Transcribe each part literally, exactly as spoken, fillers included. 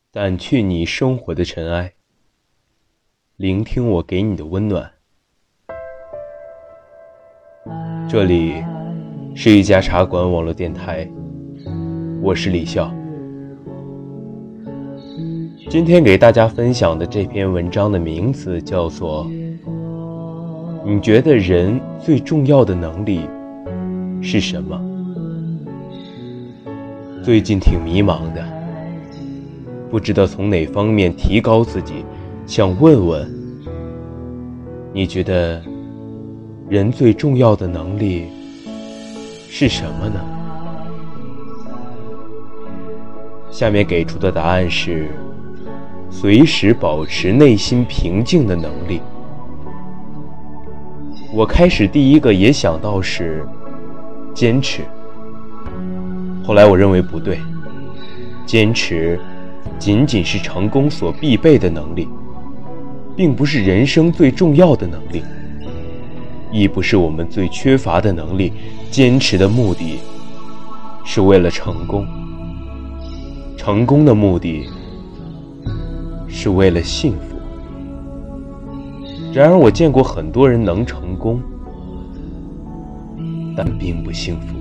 掸去你生活的尘埃，聆听我给你的温暖。这里是一家茶馆网络电台，我是李笑。今天给大家分享的这篇文章的名字叫做你觉得人最重要的能力是什么？最近挺迷茫的，不知道从哪方面提高自己，想问问你觉得人最重要的能力是什么呢？下面给出的答案是随时保持内心平静的能力。我开始第一个也想到是坚持，后来我认为不对，坚持仅仅是成功所必备的能力，并不是人生最重要的能力，亦不是我们最缺乏的能力。坚持的目的是为了成功，成功的目的是为了幸福。然而我见过很多人能成功，但并不幸福。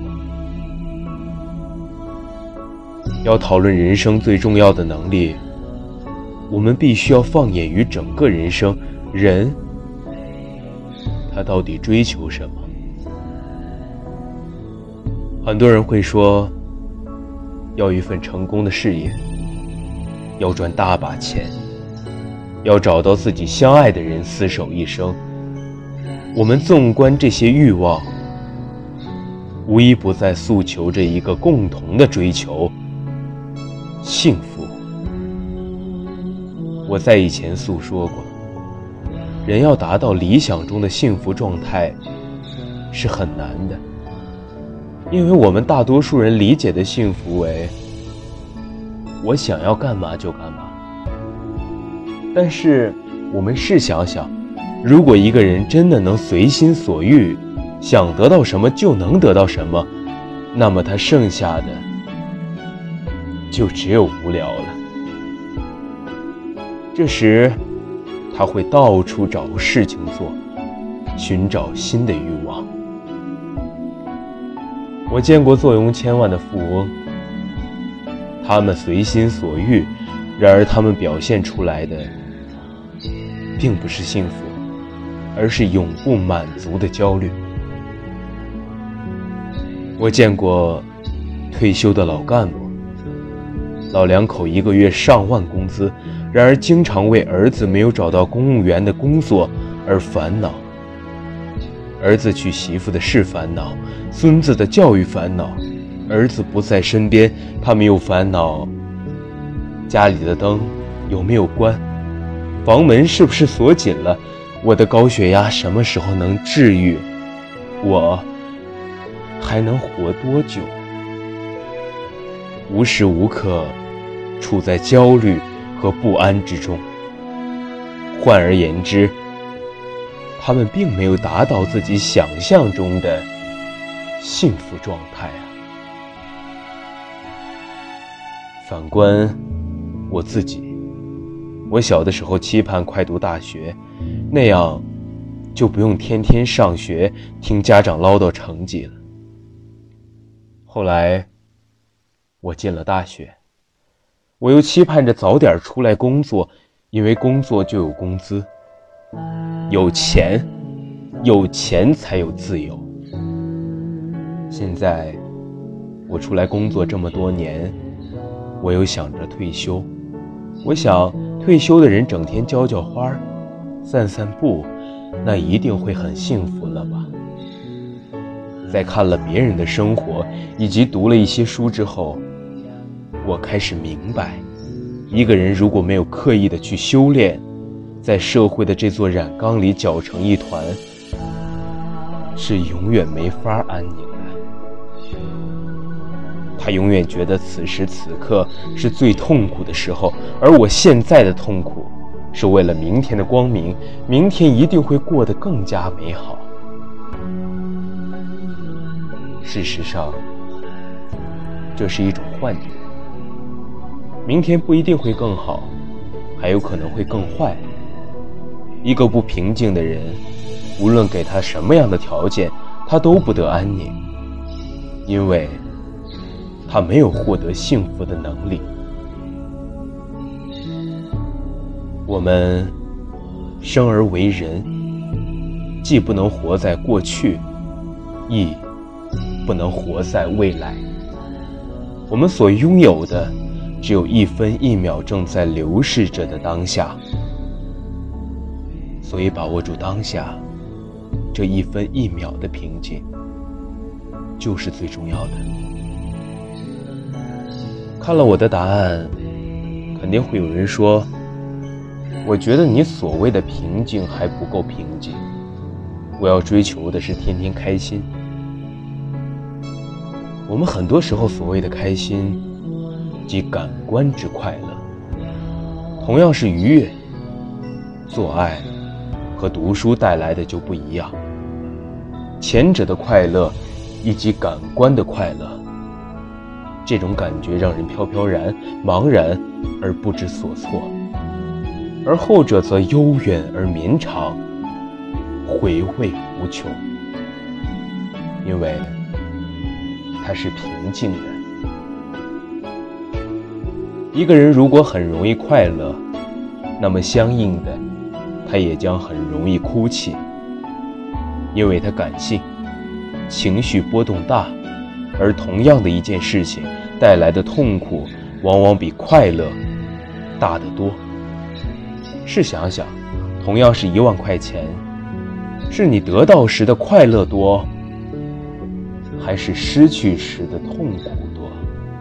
要讨论人生最重要的能力，我们必须要放眼于整个人生，人他到底追求什么？很多人会说，要一份成功的事业，要赚大把钱，要找到自己相爱的人厮守一生。我们纵观这些欲望，无一不在诉求着一个共同的追求：幸福。我在以前诉说过，人要达到理想中的幸福状态是很难的，因为我们大多数人理解的幸福为我想要干嘛就干嘛。但是我们试想想，如果一个人真的能随心所欲，想得到什么就能得到什么，那么他剩下的就只有无聊了。这时他会到处找事情做，寻找新的欲望。我见过坐拥千万的富翁，他们随心所欲，然而他们表现出来的并不是幸福，而是永不满足的焦虑。我见过退休的老干部，老两口一个月上万工资，然而经常为儿子没有找到公务员的工作而烦恼。儿子娶媳妇的事烦恼，孙子的教育烦恼，儿子不在身边，他们又烦恼家里的灯有没有关，房门是不是锁紧了，我的高血压什么时候能治愈，我还能活多久？无时无刻处在焦虑和不安之中。换而言之，他们并没有达到自己想象中的幸福状态啊。反观我自己，我小的时候期盼快读大学，那样就不用天天上学听家长唠叨成绩了。后来我进了大学，我又期盼着早点出来工作，因为工作就有工资，有钱，有钱才有自由。现在我出来工作这么多年，我又想着退休。我想退休的人整天浇浇花，散散步，那一定会很幸福了吧。在看了别人的生活以及读了一些书之后，我开始明白，一个人如果没有刻意的去修炼，在社会的这座染缸里搅成一团，是永远没法安宁的。他永远觉得此时此刻是最痛苦的时候，而我现在的痛苦是为了明天的光明，明天一定会过得更加美好。事实上，这是一种幻觉。 明天不一定会更好，还有可能会更坏。一个不平静的人，无论给他什么样的条件，他都不得安宁，因为他没有获得幸福的能力。我们生而为人，既不能活在过去，亦不能活在未来。我们所拥有的只有一分一秒正在流逝着的当下，所以把握住当下这一分一秒的平静就是最重要的。看了我的答案，肯定会有人说，我觉得你所谓的平静还不够平静，我要追求的是天天开心。我们很多时候所谓的开心，即感官之快乐，同样是愉悦，做爱和读书带来的就不一样。前者的快乐以及感官的快乐，这种感觉让人飘飘然茫然而不知所措，而后者则悠远而绵长，回味无穷，因为它是平静的。一个人如果很容易快乐，那么相应的他也将很容易哭泣，因为他感性，情绪波动大，而同样的一件事情带来的痛苦往往比快乐大得多。试想想，同样是一万块钱，是你得到时的快乐多，还是失去时的痛苦多？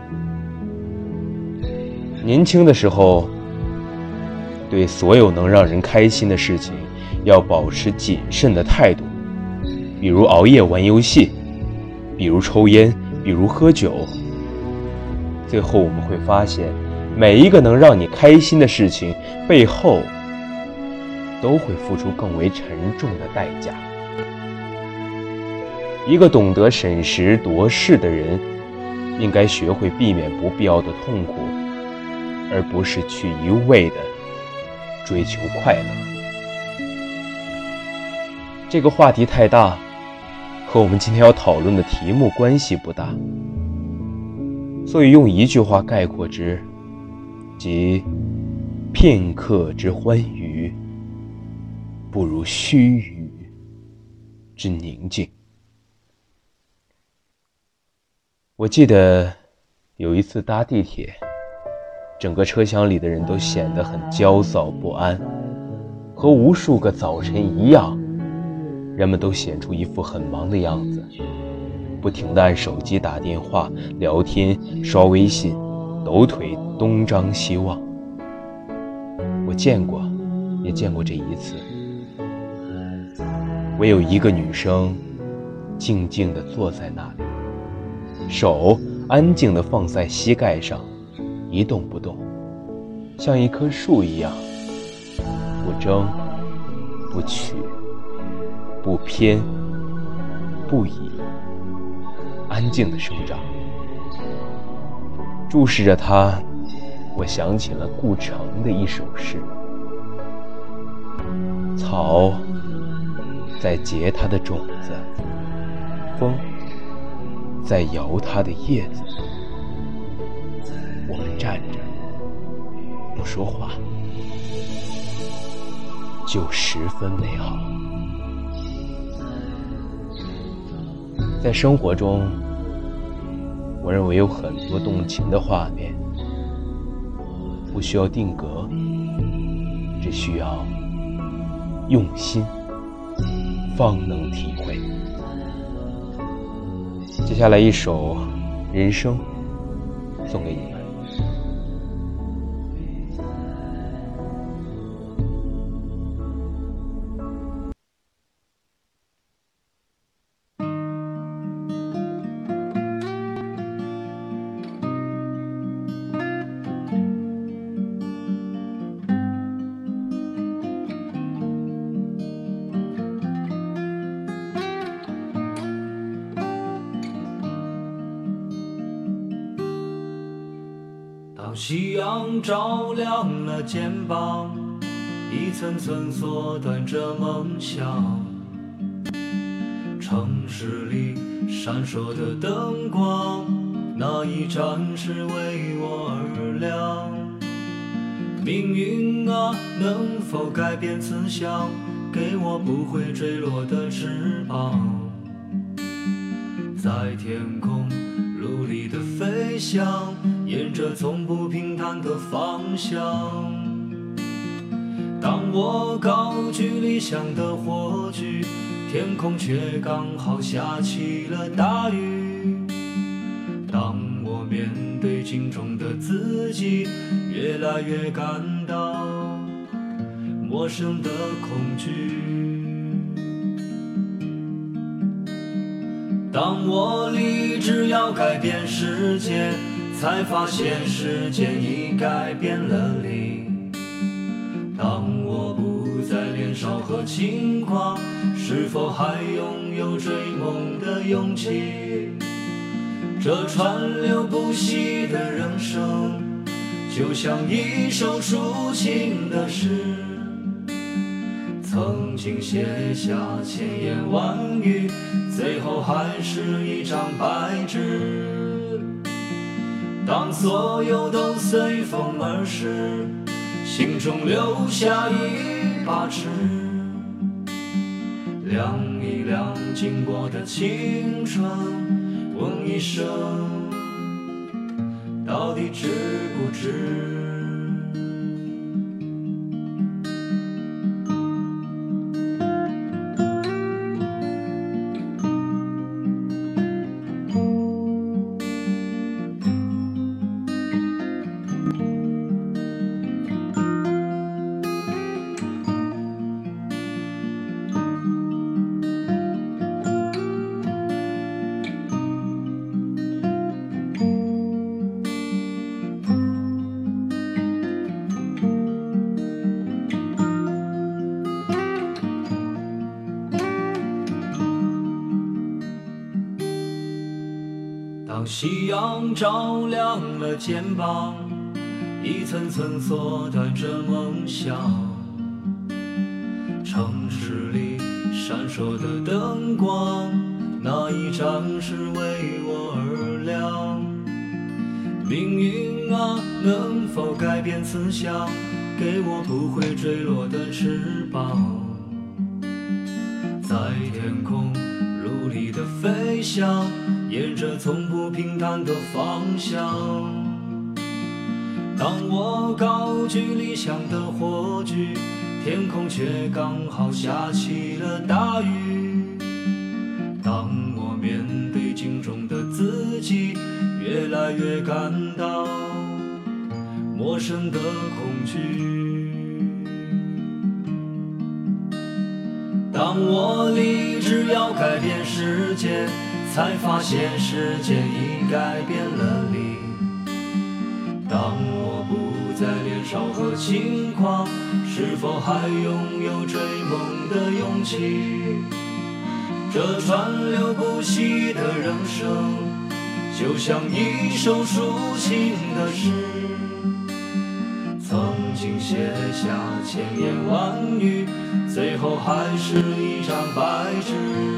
年轻的时候，对所有能让人开心的事情要保持谨慎的态度，比如熬夜玩游戏，比如抽烟，比如喝酒。最后我们会发现，每一个能让你开心的事情背后都会付出更为沉重的代价。一个懂得审时度势的人，应该学会避免不必要的痛苦，而不是去一味的追求快乐。这个话题太大，和我们今天要讨论的题目关系不大，所以用一句话概括之，即片刻之欢愉，不如须臾之宁静。我记得有一次搭地铁，整个车厢里的人都显得很焦躁不安，和无数个早晨一样，人们都显出一副很忙的样子，不停地按手机打电话、聊天、刷微信，抖腿东张西望。我见过，也见过这一次。唯有一个女生静静地坐在那里，手安静地放在膝盖上，一动不动，像一棵树一样，不争不取，不偏不倚，安静地生长。注视着它，我想起了顾城的一首诗：草在结它的种子，风在摇它的叶子，我们站着不说话，就十分美好。在生活中，我认为有很多动情的画面，不需要定格，只需要用心方能体会。接下来一首《人生》送给你们。 夕阳照亮了肩膀，一层层缩短着梦想。城市里闪烁的灯光，那一盏是为我而亮。命运啊，能否改变慈祥，给我不会坠落的翅膀，在天空努力的飞翔，沿着从不平坦的方向。当我高举理想的火炬，天空却刚好下起了大雨。当我面对镜中的自己，越来越感到陌生的恐惧。当我立志要改变世界，才发现世界已改变了你。当我不再年少和轻狂，是否还拥有追梦的勇气？这川流不息的人生，就像一首抒情的诗，曾经写下千言万语，最后还是一张白纸。当所有都随风而逝，心中留下一把尺，量一量经过的青春，问一声，到底值不值？当夕阳照亮了肩膀，一层层缩短着梦想。城市里闪烁的灯光，那一盏是为我而亮。命运啊，能否改变慈祥，给我不会坠落的翅膀，在天空努力的飞翔，沿着从不平坦的方向。当我高举理想的火炬，天空却刚好下起了大雨。当我面对镜中的自己，越来越感到陌生的恐惧。当我立志要改变世界，才发现世界已改变了你。当我不再年少和轻狂，是否还拥有追梦的勇气？这川流不息的人生，就像一首抒情的诗，曾经写下千言万语，最后还是一张白纸。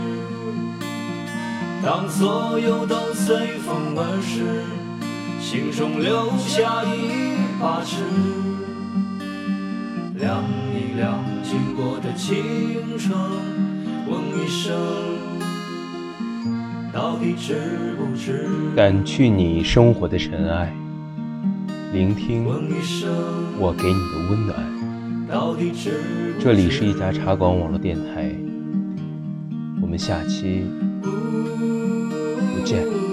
当所有都随风而逝，心中留下一把尺，量一量经过的青春，问一声，到底值不值？ 掸去你生活的尘埃，聆听我给你的温暖。 到底值不值？ 这里是一家茶馆网络电台，我们下期不见。